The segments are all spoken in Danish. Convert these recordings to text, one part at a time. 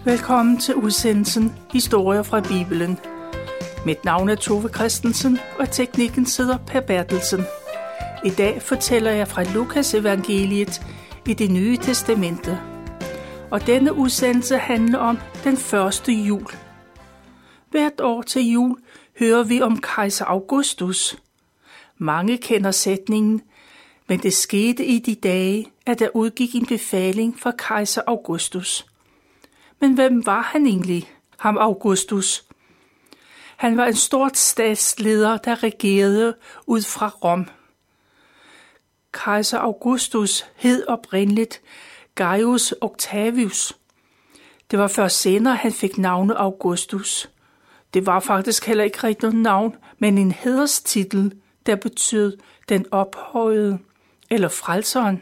Velkommen til udsendelsen Historier fra Bibelen. Mit navn er Tove Christensen, og teknikken sidder Per Bertelsen. I dag fortæller jeg fra Lukas evangeliet i Det Nye Testamente. Og denne udsendelse handler om den første jul. Hvert år til jul hører vi om kejser Augustus. Mange kender sætningen, men det skete i de dage, at der udgik en befaling fra kejser Augustus. Men hvem var han egentlig, ham Augustus? Han var en stort statsleder, der regerede ud fra Rom. Kejser Augustus hed oprindeligt Gaius Octavius. Det var først senere, han fik navnet Augustus. Det var faktisk heller ikke rigtig noget navn, men en hæderstitel, der betød den ophøjede eller frelseren.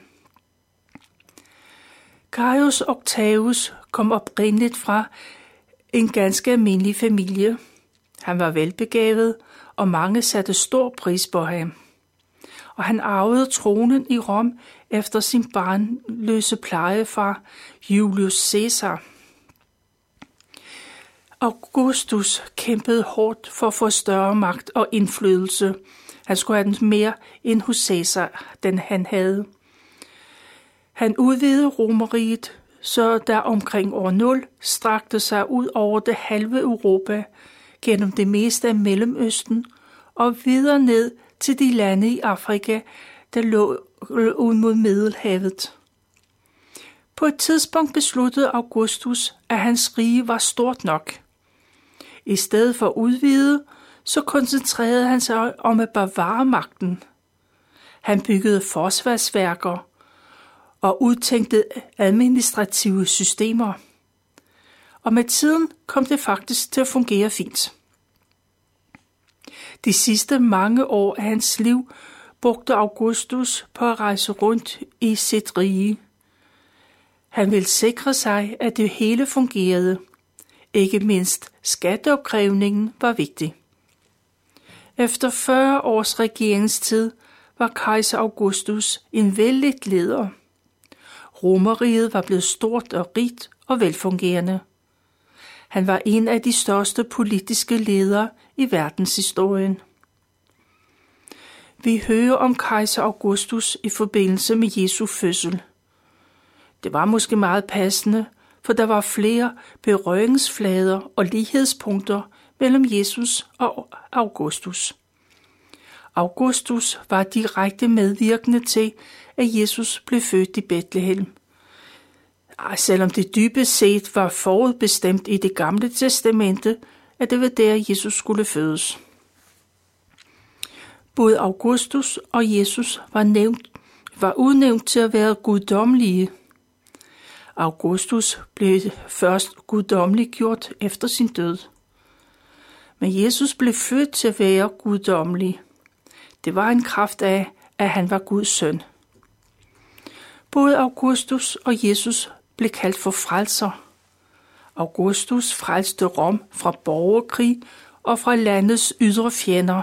Gaius Octavius kom oprindeligt fra en ganske almindelig familie. Han var velbegavet, og mange satte stor pris på ham. Og han arvede tronen i Rom efter sin barnløse plejefar Julius Caesar. Augustus kæmpede hårdt for at få større magt og indflydelse. Han skulle have den mere end hos Caesar, den han havde. Han udvidede Romerriget, så der omkring år 0 strakte sig ud over det halve Europa, gennem det meste af Mellemøsten og videre ned til de lande i Afrika, der lå ud mod Middelhavet. På et tidspunkt besluttede Augustus, at hans rige var stort nok. I stedet for at udvide, så koncentrerede han sig om at bevare magten. Han byggede forsvarsværker og udtænkte administrative systemer. Og med tiden kom det faktisk til at fungere fint. De sidste mange år af hans liv brugte Augustus på at rejse rundt i sit rige. Han ville sikre sig, at det hele fungerede. Ikke mindst skatteopkrævningen var vigtig. Efter 40 års regeringstid var kejser Augustus en vældig leder. Romerriget var blevet stort og rigt og velfungerende. Han var en af de største politiske ledere i verdenshistorien. Vi hører om kejser Augustus i forbindelse med Jesu fødsel. Det var måske meget passende, for der var flere berøringsflader og lighedspunkter mellem Jesus og Augustus. Augustus var direkte medvirkende til, at Jesus blev født i Bethlehem. Selvom det dybest set var forudbestemt i Det Gamle Testamente, at det var der, Jesus skulle fødes. Både Augustus og Jesus var udnævnt til at være guddommelige. Augustus blev først guddommeliggjort efter sin død. Men Jesus blev født til at være guddommelig. Det var en kraft af, at han var Guds søn. Både Augustus og Jesus blev kaldt for frelser. Augustus frelste Rom fra borgerkrig og fra landets ydre fjender.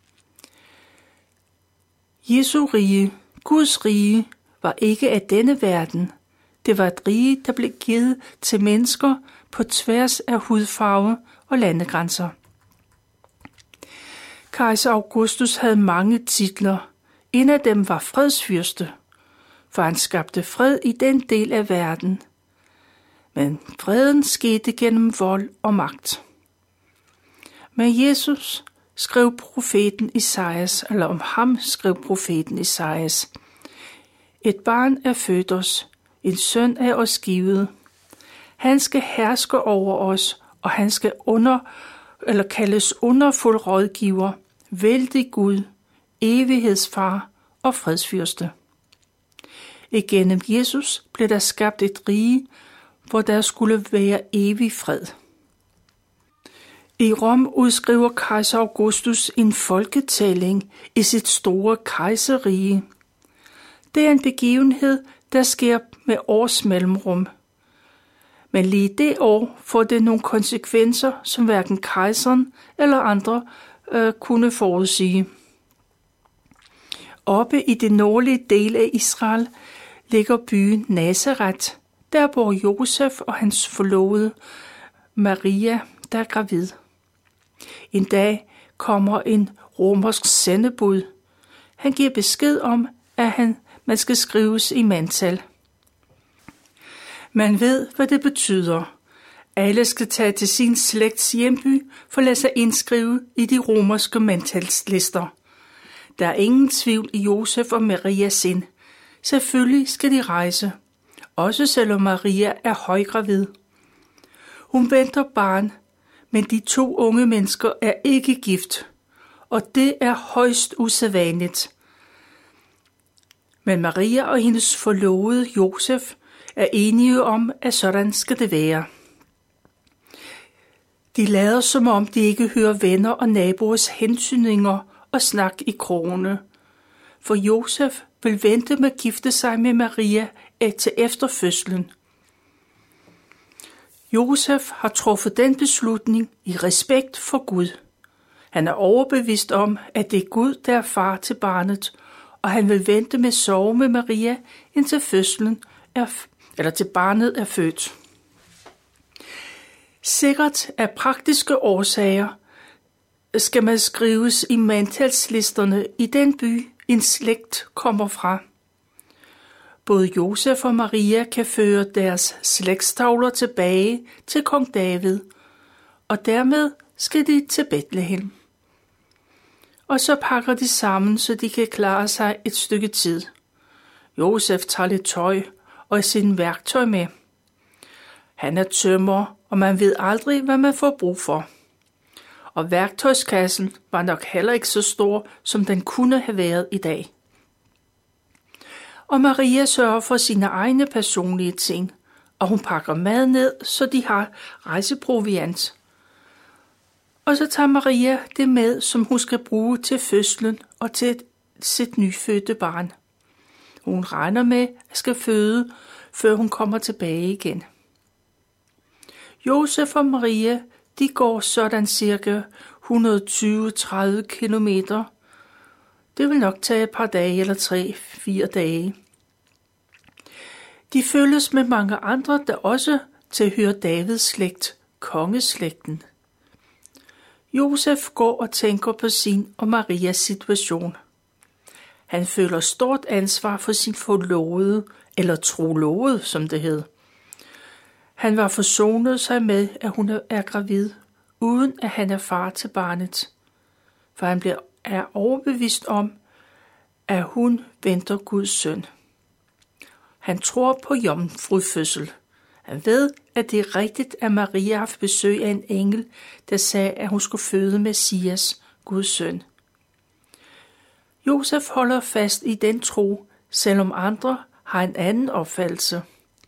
Jesu rige, Guds rige, var ikke af denne verden. Det var et rige, der blev givet til mennesker på tværs af hudfarve og landegrænser. Kejser Augustus havde mange titler. En af dem var fredsfyrste, for han skabte fred i den del af verden. Men freden skete gennem vold og magt. Men Jesus skrev profeten Esajas, eller om ham skrev profeten Esajas: Et barn er født os, en søn er os givet. Han skal herske over os, og han skal kaldes underfuld rådgiver, vældig Gud, evighedsfar og fredsfyrste. Igennem Jesus blev der skabt et rige, hvor der skulle være evig fred. I Rom udskriver kejser Augustus en folketælling i sit store kejserrige. Det er en begivenhed, der sker med års mellemrum. Men lige det år får det nogle konsekvenser, som hverken kejseren eller andre kunne forudsige. Oppe i det nordlige del af Israel ligger byen Nazaret, Der bor Josef og hans forlovede Maria, der er gravid. En dag kommer en romersk sendebud. Han giver besked om, at man skal skrives i mandtal. Man ved, hvad det betyder. Alle skal tage til sin slægts hjemby for at lade sig indskrive i de romerske mandtalslister. Der er ingen tvivl i Josef og Marias sind. Selvfølgelig skal de rejse, også selvom Maria er højgravid. Hun venter barn, men de 2 unge mennesker er ikke gift, og det er højst usædvanligt. Men Maria og hendes forlovede Josef er enige om, at sådan skal det være. De lader som om de ikke hører venner og naboers hensynninger og snak i krogene. For Josef vil vente med at gifte sig med Maria til efter fødslen. Josef har truffet den beslutning i respekt for Gud. Han er overbevist om, at det er Gud, der er far til barnet, og han vil vente med at sove med Maria, indtil til barnet er født. Sikkert af praktiske årsager skal man skrives i mandtalslisterne i den by, en slægt kommer fra. Både Josef og Maria kan føre deres slægtstavler tilbage til kong David, og dermed skal de til Betlehem. Og så pakker de sammen, så de kan klare sig et stykke tid. Josef tager lidt tøj og sin værktøj med. Han er tømrer, og man ved aldrig, hvad man får brug for. Og værktøjskassen var nok heller ikke så stor, som den kunne have været i dag. Og Maria sørger for sine egne personlige ting, og hun pakker mad ned, så de har rejseproviant. Og så tager Maria det med, som hun skal bruge til fødslen og til sit nyfødte barn. Hun regner med at skal føde, før hun kommer tilbage igen. Josef og Maria, de går sådan cirka 120-30 kilometer. Det vil nok tage et par dage eller 3-4 dage. De følges med mange andre, der også tilhører Davids slægt, kongeslægten. Josef går og tænker på sin og Marias situation. Han føler stort ansvar for sin forlovede, eller trolovede, som det hed. Han var forsonet sig med, at hun er gravid, uden at han er far til barnet. For han er overbevist om, at hun venter Guds søn. Han tror på jomfrufødsel. Han ved, at det er rigtigt, at Maria har haft besøg af en engel, der sagde, at hun skulle føde Messias, Guds søn. Josef holder fast i den tro, selvom andre har en anden opfattelse.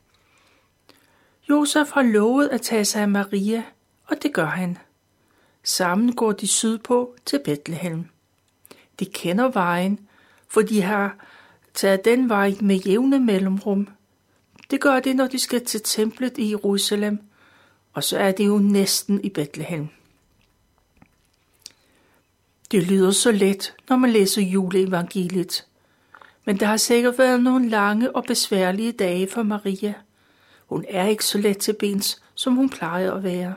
Josef har lovet at tage sig af Maria, og det gør han. Sammen går de sydpå til Betlehem. De kender vejen, for de har taget den vej med jævne mellemrum. Det gør de, når de skal til templet i Jerusalem, og så er det jo næsten i Betlehem. Det lyder så let, når man læser juleevangeliet, men der har sikkert været nogle lange og besværlige dage for Maria. Hun er ikke så let til bens, som hun plejer at være.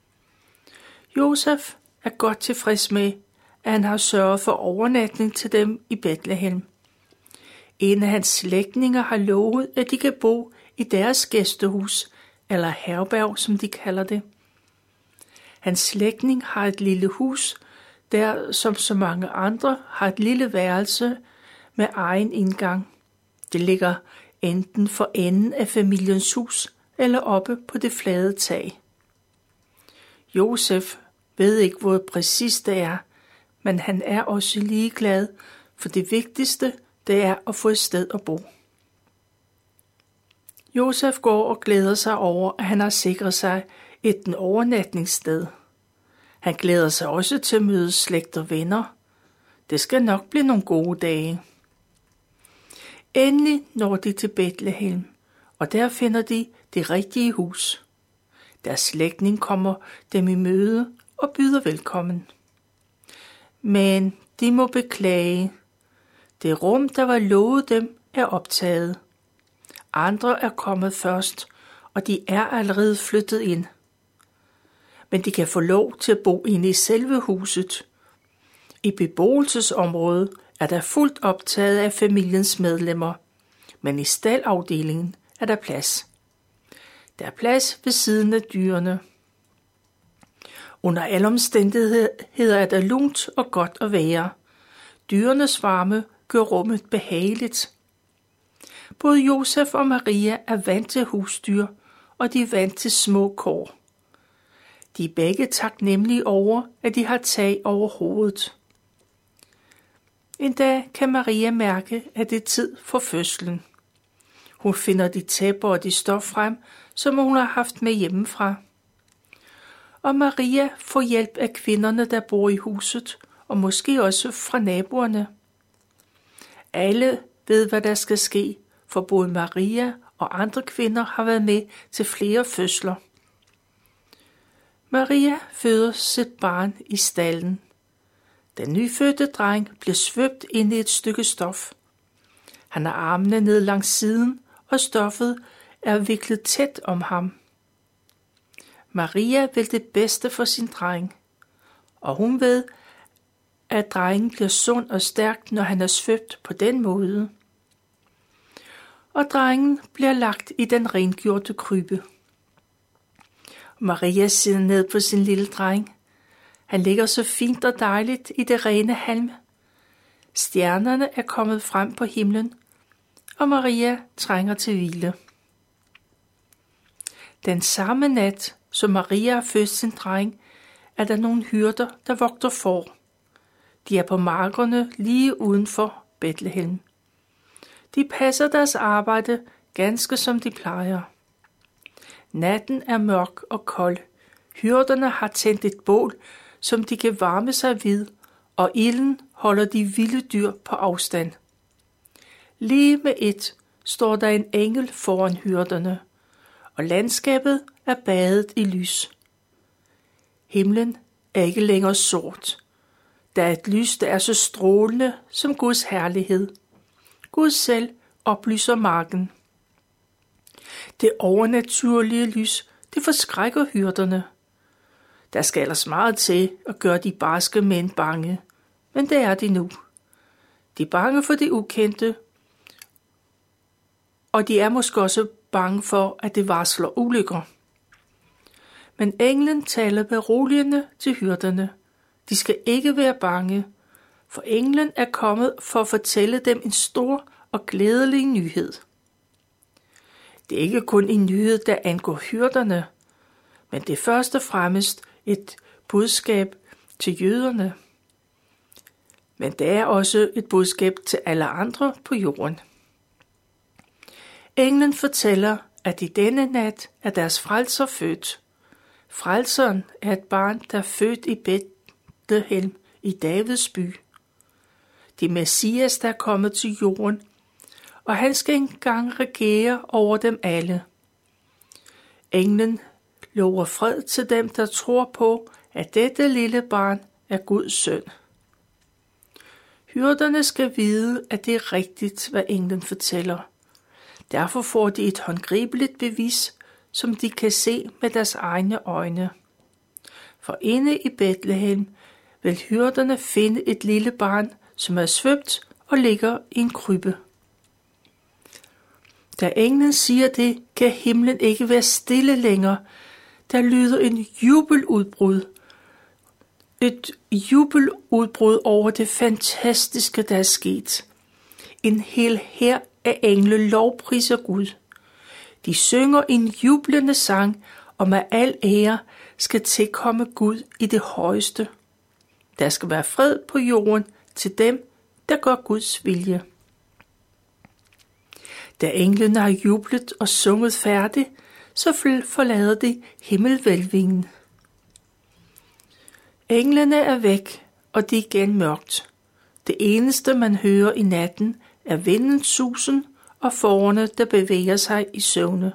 Josef er godt tilfreds med, at han har sørget for overnatning til dem i Betlehem. En af hans slægtninge har lovet, at de kan bo i deres gæstehus, eller herberg, som de kalder det. Hans slægtning har et lille hus, der som så mange andre har et lille værelse med egen indgang. Det ligger enten for enden af familiens hus eller oppe på det flade tag. Josef ved ikke, hvor præcis det er, men han er også ligeglad, for det vigtigste, det er at få et sted at bo. Josef går og glæder sig over, at han har sikret sig et overnatningssted. Han glæder sig også til at møde slægt og venner. Det skal nok blive nogle gode dage. Endelig når de til Betlehem, og der finder de det rigtige hus. Deres slægtning kommer dem i møde og byder velkommen. Men de må beklage. Det rum, der var lovet dem, er optaget. Andre er kommet først, og de er allerede flyttet ind. Men de kan få lov til at bo inde i selve huset. I beboelsesområdet er der fuldt optaget af familiens medlemmer, men i staldafdelingen er der plads. Der er plads ved siden af dyrene. Under alle omstændigheder er der lunt og godt at være. Dyrenes varme gør rummet behageligt. Både Josef og Maria er vant til husdyr, og de er vant til små kår. De er begge taknemmelige over, at de har tag over hovedet. En dag kan Maria mærke, at det er tid for fødslen. Hun finder de tæpper og de stof frem, som hun har haft med hjemmefra. Og Maria får hjælp af kvinderne, der bor i huset, og måske også fra naboerne. Alle ved, hvad der skal ske, for både Maria og andre kvinder har været med til flere fødsler. Maria føder sit barn i stalden. Den nyfødte dreng bliver svøbt ind i et stykke stof. Han har armene ned langs siden, og stoffet er viklet tæt om ham. Maria vil det bedste for sin dreng, og hun ved, at drengen bliver sund og stærk, når han er svøbt på den måde. Og drengen bliver lagt i den rengjorte krybbe. Maria sidder ned på sin lille dreng. Han ligger så fint og dejligt i det rene halm. Stjernerne er kommet frem på himlen, og Maria trænger til hvile. Den samme nat, som Maria har født sin dreng, er der nogle hyrder, der vogter får. De er på markerne lige uden for Betlehem. De passer deres arbejde ganske som de plejer. Natten er mørk og kold. Hyrderne har tændt et bål, som de kan varme sig ved, og ilden holder de vilde dyr på afstand. Lige med et står der en engel foran hyrderne, og landskabet er badet i lys. Himlen er ikke længere sort. Der er et lys, der er så strålende som Guds herlighed. Gud selv oplyser marken. Det overnaturlige lys, det forskrækker hyrderne. Der skal ellers meget til at gøre de barske mænd bange, men det er de nu. De er bange for det ukendte, og de er måske også bange for, at det varsler ulykker. Men englen taler beroligende til hyrderne. De skal ikke være bange, for englen er kommet for at fortælle dem en stor og glædelig nyhed. Det er ikke kun en nyhed, der angår hyrderne, men det er først og fremmest et budskab til jøderne. Men det er også et budskab til alle andre på jorden. Englen fortæller, at i denne nat er deres frelser født. Frelseren er et barn, der er født i Betlehem i Davids by. Det er Messias, der er kommet til jorden, og han skal engang regere over dem alle. Englen lover fred til dem, der tror på, at dette lille barn er Guds søn. Hyrderne skal vide, at det er rigtigt, hvad englen fortæller. Derfor får de et håndgribeligt bevis, som de kan se med deres egne øjne. For inde i Betlehem vil hyrderne finde et lille barn, som er svøbt og ligger i en krybbe. Da englen siger det, kan himlen ikke være stille længere. Der lyder en jubeludbrud. Et jubeludbrud over det fantastiske, der er sket. En hel hær af engle lovpriser Gud. De synger en jublende sang, og med al ære skal tilkomme Gud i det højeste. Der skal være fred på jorden til dem, der gør Guds vilje. Da englene har jublet og sunget færdigt, så forlader de himmelvælvingen. Englene er væk, og det er igen mørkt. Det eneste, man hører i natten, er vindens susen og fårene, der bevæger sig i søvne.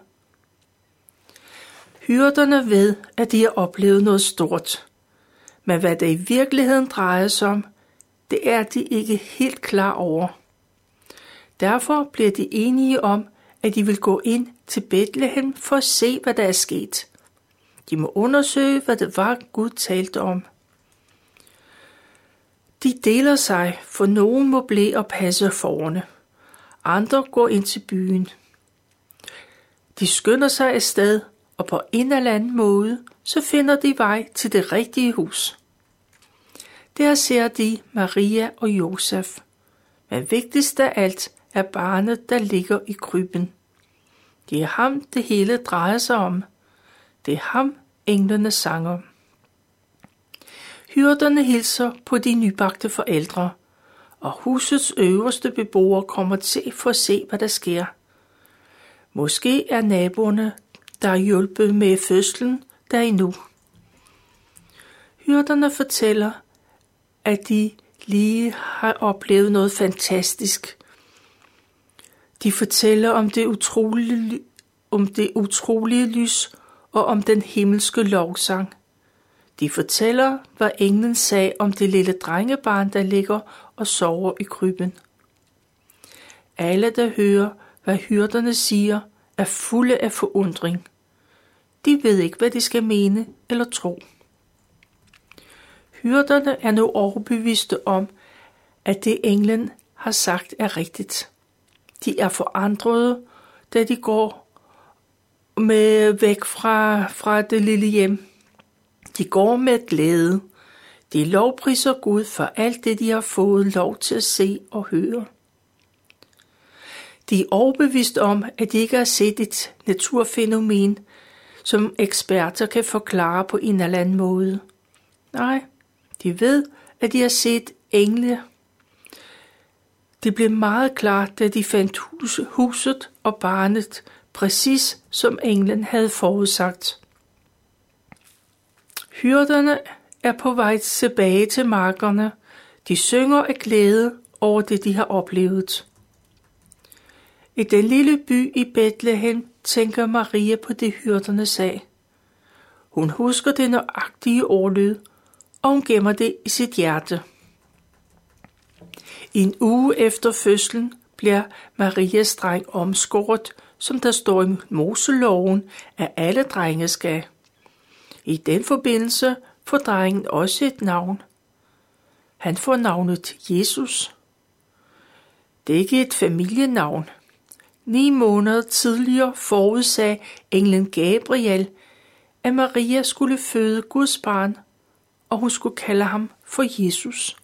Hyrderne ved, at de har oplevet noget stort. Men hvad det i virkeligheden drejer sig om, det er de ikke helt klar over. Derfor bliver de enige om, at de vil gå ind til Betlehem for at se, hvad der er sket. De må undersøge, hvad det var, Gud talte om. De deler sig, for nogen må blive og passe fårene. Andre går ind til byen. De skynder sig afsted, og på en eller anden måde, så finder de vej til det rigtige hus. Der ser de Maria og Josef. Men vigtigst af alt er barnet, der ligger i krybben. Det er ham, det hele drejer sig om. Det er ham, englene sanger. Hyrderne hilser på de nybagte forældre, og husets øverste beboere kommer til for at se, hvad der sker. Måske er naboerne, der er hjulpet med fødslen, der endnu. Hyrderne fortæller, at de lige har oplevet noget fantastisk. De fortæller om det utrolige lys og om den himmelske lovsang. De fortæller, hvad englen sagde om det lille drengebarn, der ligger og sover i krybben. Alle, der hører, hvad hyrderne siger, er fulde af forundring. De ved ikke, hvad de skal mene eller tro. Hyrderne er nu overbeviste om, at det englen har sagt er rigtigt. De er forandrede, da de går med væk fra det lille hjem. De går med glæde. De lovpriser Gud for alt det, de har fået lov til at se og høre. De er overbevist om, at de ikke har set et naturfænomen, som eksperter kan forklare på en eller anden måde. Nej, de ved, at de har set engle. Det blev meget klart, da de fandt huset og barnet, præcis som englen havde forudsagt. Hyrderne er på vej tilbage til markerne. De synger af glæde over det, de har oplevet. I den lille by i Betlehem tænker Maria på det, hyrderne sagde. Hun husker det nøjagtige ordlyd, og hun gemmer det i sit hjerte. En uge efter fødslen bliver Marias dreng omskåret, som der står i Moseloven, at alle drenge skal. I den forbindelse får drengen også et navn. Han får navnet Jesus. Det er ikke et familienavn. 9 måneder tidligere forudsagde englen Gabriel, at Maria skulle føde Guds barn, og hun skulle kalde ham for Jesus.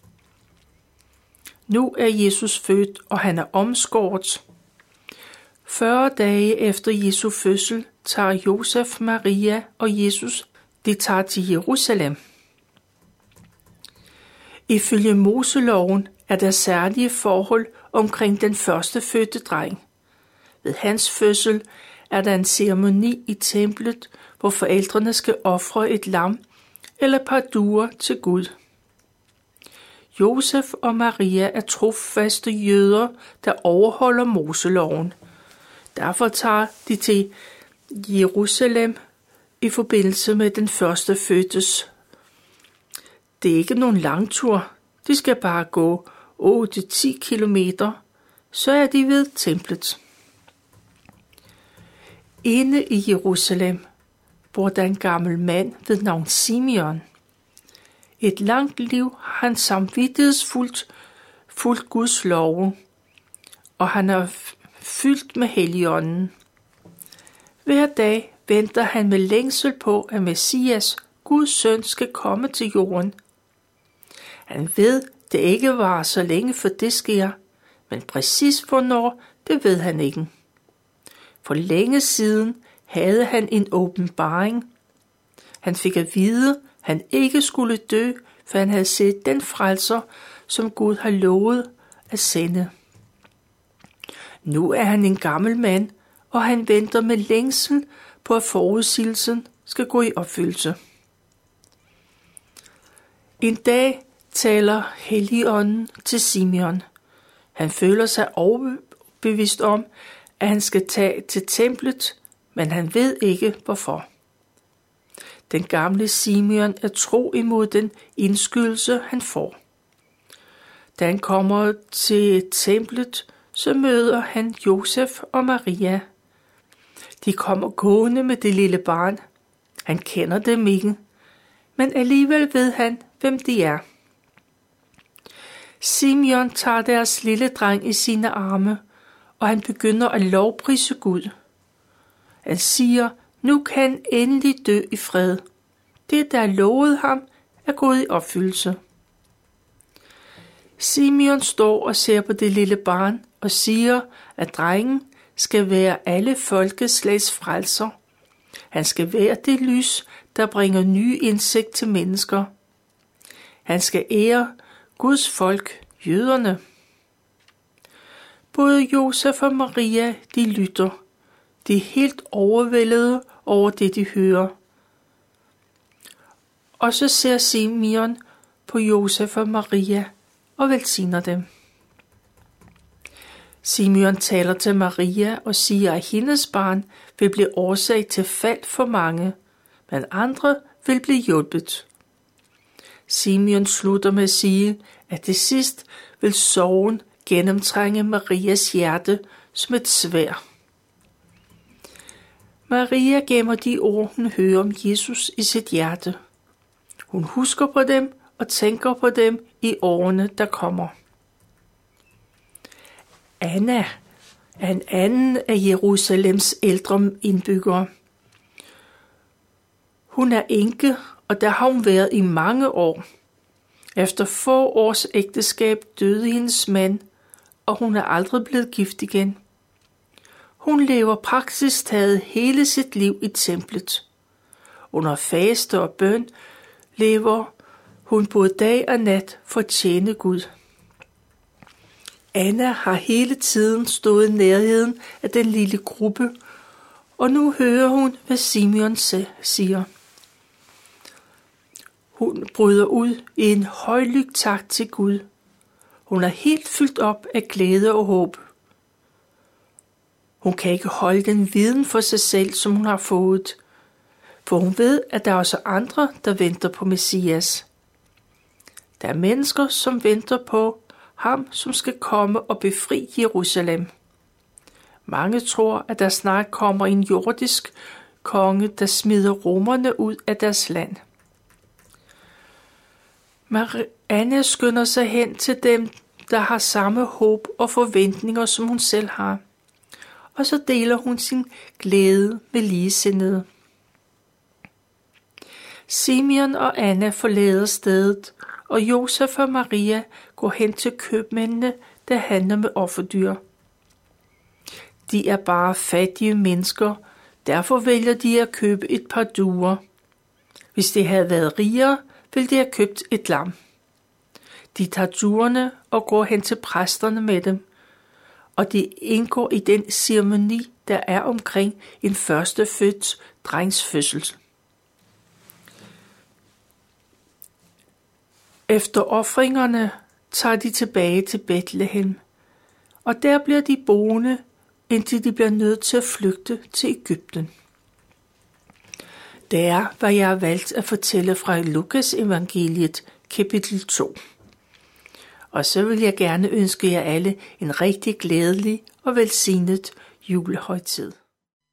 Nu er Jesus født, og han er omskåret. 40 dage efter Jesu fødsel tager Josef, Maria og Jesus, de tager til Jerusalem. Ifølge Moseloven er der særlige forhold omkring den første fødte dreng. Ved hans fødsel er der en ceremoni i templet, hvor forældrene skal ofre et lam eller et par duer til Gud. Josef og Maria er trofaste jøder, der overholder Moseloven. Derfor tager de til Jerusalem i forbindelse med den første fødtes. Det er ikke nogen lang tur. De skal bare gå 8-10 kilometer, så er de ved templet. Inde i Jerusalem bor der en gammel mand ved navn Simeon. Et langt liv har han samvittighedsfuldt Guds love, og han er fyldt med Helligånden. Hver dag venter han med længsel på, at Messias, Guds søn, skal komme til jorden. Han ved, det ikke varer så længe, for det sker, men præcis hvornår, det ved han ikke. For længe siden havde han en åbenbaring. Han fik at vide, at han ikke skulle dø, for han havde set den frelser, som Gud har lovet at sende. Nu er han en gammel mand, og han venter med længsel på, at forudsigelsen skal gå i opfyldelse. En dag taler Helligånden til Simeon. Han føler sig overbevist om, at han skal tage til templet, men han ved ikke hvorfor. Den gamle Simeon er tro imod den indskydelse, han får. Da han kommer til templet, så møder han Josef og Maria. De kommer gående med det lille barn. Han kender dem ikke, men alligevel ved han, hvem de er. Simeon tager deres lille dreng i sine arme, og han begynder at lovprise Gud. Han siger, nu kan han endelig dø i fred. Det, der lovede ham, er gået i opfyldelse. Simeon står og ser på det lille barn og siger, at drengen skal være alle folkeslags frelser. Han skal være det lys, der bringer ny indsigt til mennesker. Han skal ære Guds folk, jøderne. Både Josef og Maria, de lytter. De er helt overvældede over det, de hører. Og så ser Simeon på Josef og Maria og velsigner dem. Simeon taler til Maria og siger, at hendes barn vil blive årsag til fald for mange, men andre vil blive hjulpet. Simeon slutter med at sige, at til sidst vil sorgen gennemtrænge Marias hjerte som et sværd. Maria gemmer de ord, hun hører om Jesus i sit hjerte. Hun husker på dem og tænker på dem i årene, der kommer. Anna er en anden af Jerusalems ældre indbyggere. Hun er enke, og der har hun været i mange år. Efter få års ægteskab døde hendes mand, og hun er aldrig blevet gift igen. Hun lever praktisk taget hele sit liv i templet. Under faste og bøn lever hun både dag og nat for at tjene Gud. Anna har hele tiden stået i nærheden af den lille gruppe, og nu hører hun, hvad Simeon siger. Hun bryder ud i en højlydt tak til Gud. Hun er helt fyldt op af glæde og håb. Hun kan ikke holde den viden for sig selv, som hun har fået, for hun ved, at der er også andre, der venter på Messias. Der er mennesker, som venter på ham, som skal komme og befri Jerusalem. Mange tror, at der snart kommer en jordisk konge, der smider romerne ud af deres land. Anna skynder sig hen til dem, der har samme håb og forventninger, som hun selv har. Og så deler hun sin glæde med ligesindede. Simeon og Anna forlader stedet, og Josef og Maria går hen til købmændene, der handler med offerdyr. De er bare fattige mennesker, derfor vælger de at købe et par duer. Hvis de havde været rigere, ville de have købt et lam. De tager duerne og går hen til præsterne med dem, og de indgår i den ceremoni, der er omkring en førstefødt drengs fødsel. Efter ofringerne tager de tilbage til Bethlehem, og der bliver de boende, indtil de bliver nødt til at flygte til Egypten. Det er, hvad jeg har valgt at fortælle fra Lukas evangeliet, kapitel 2. Og så vil jeg gerne ønske jer alle en rigtig glædelig og velsignet julehøjtid.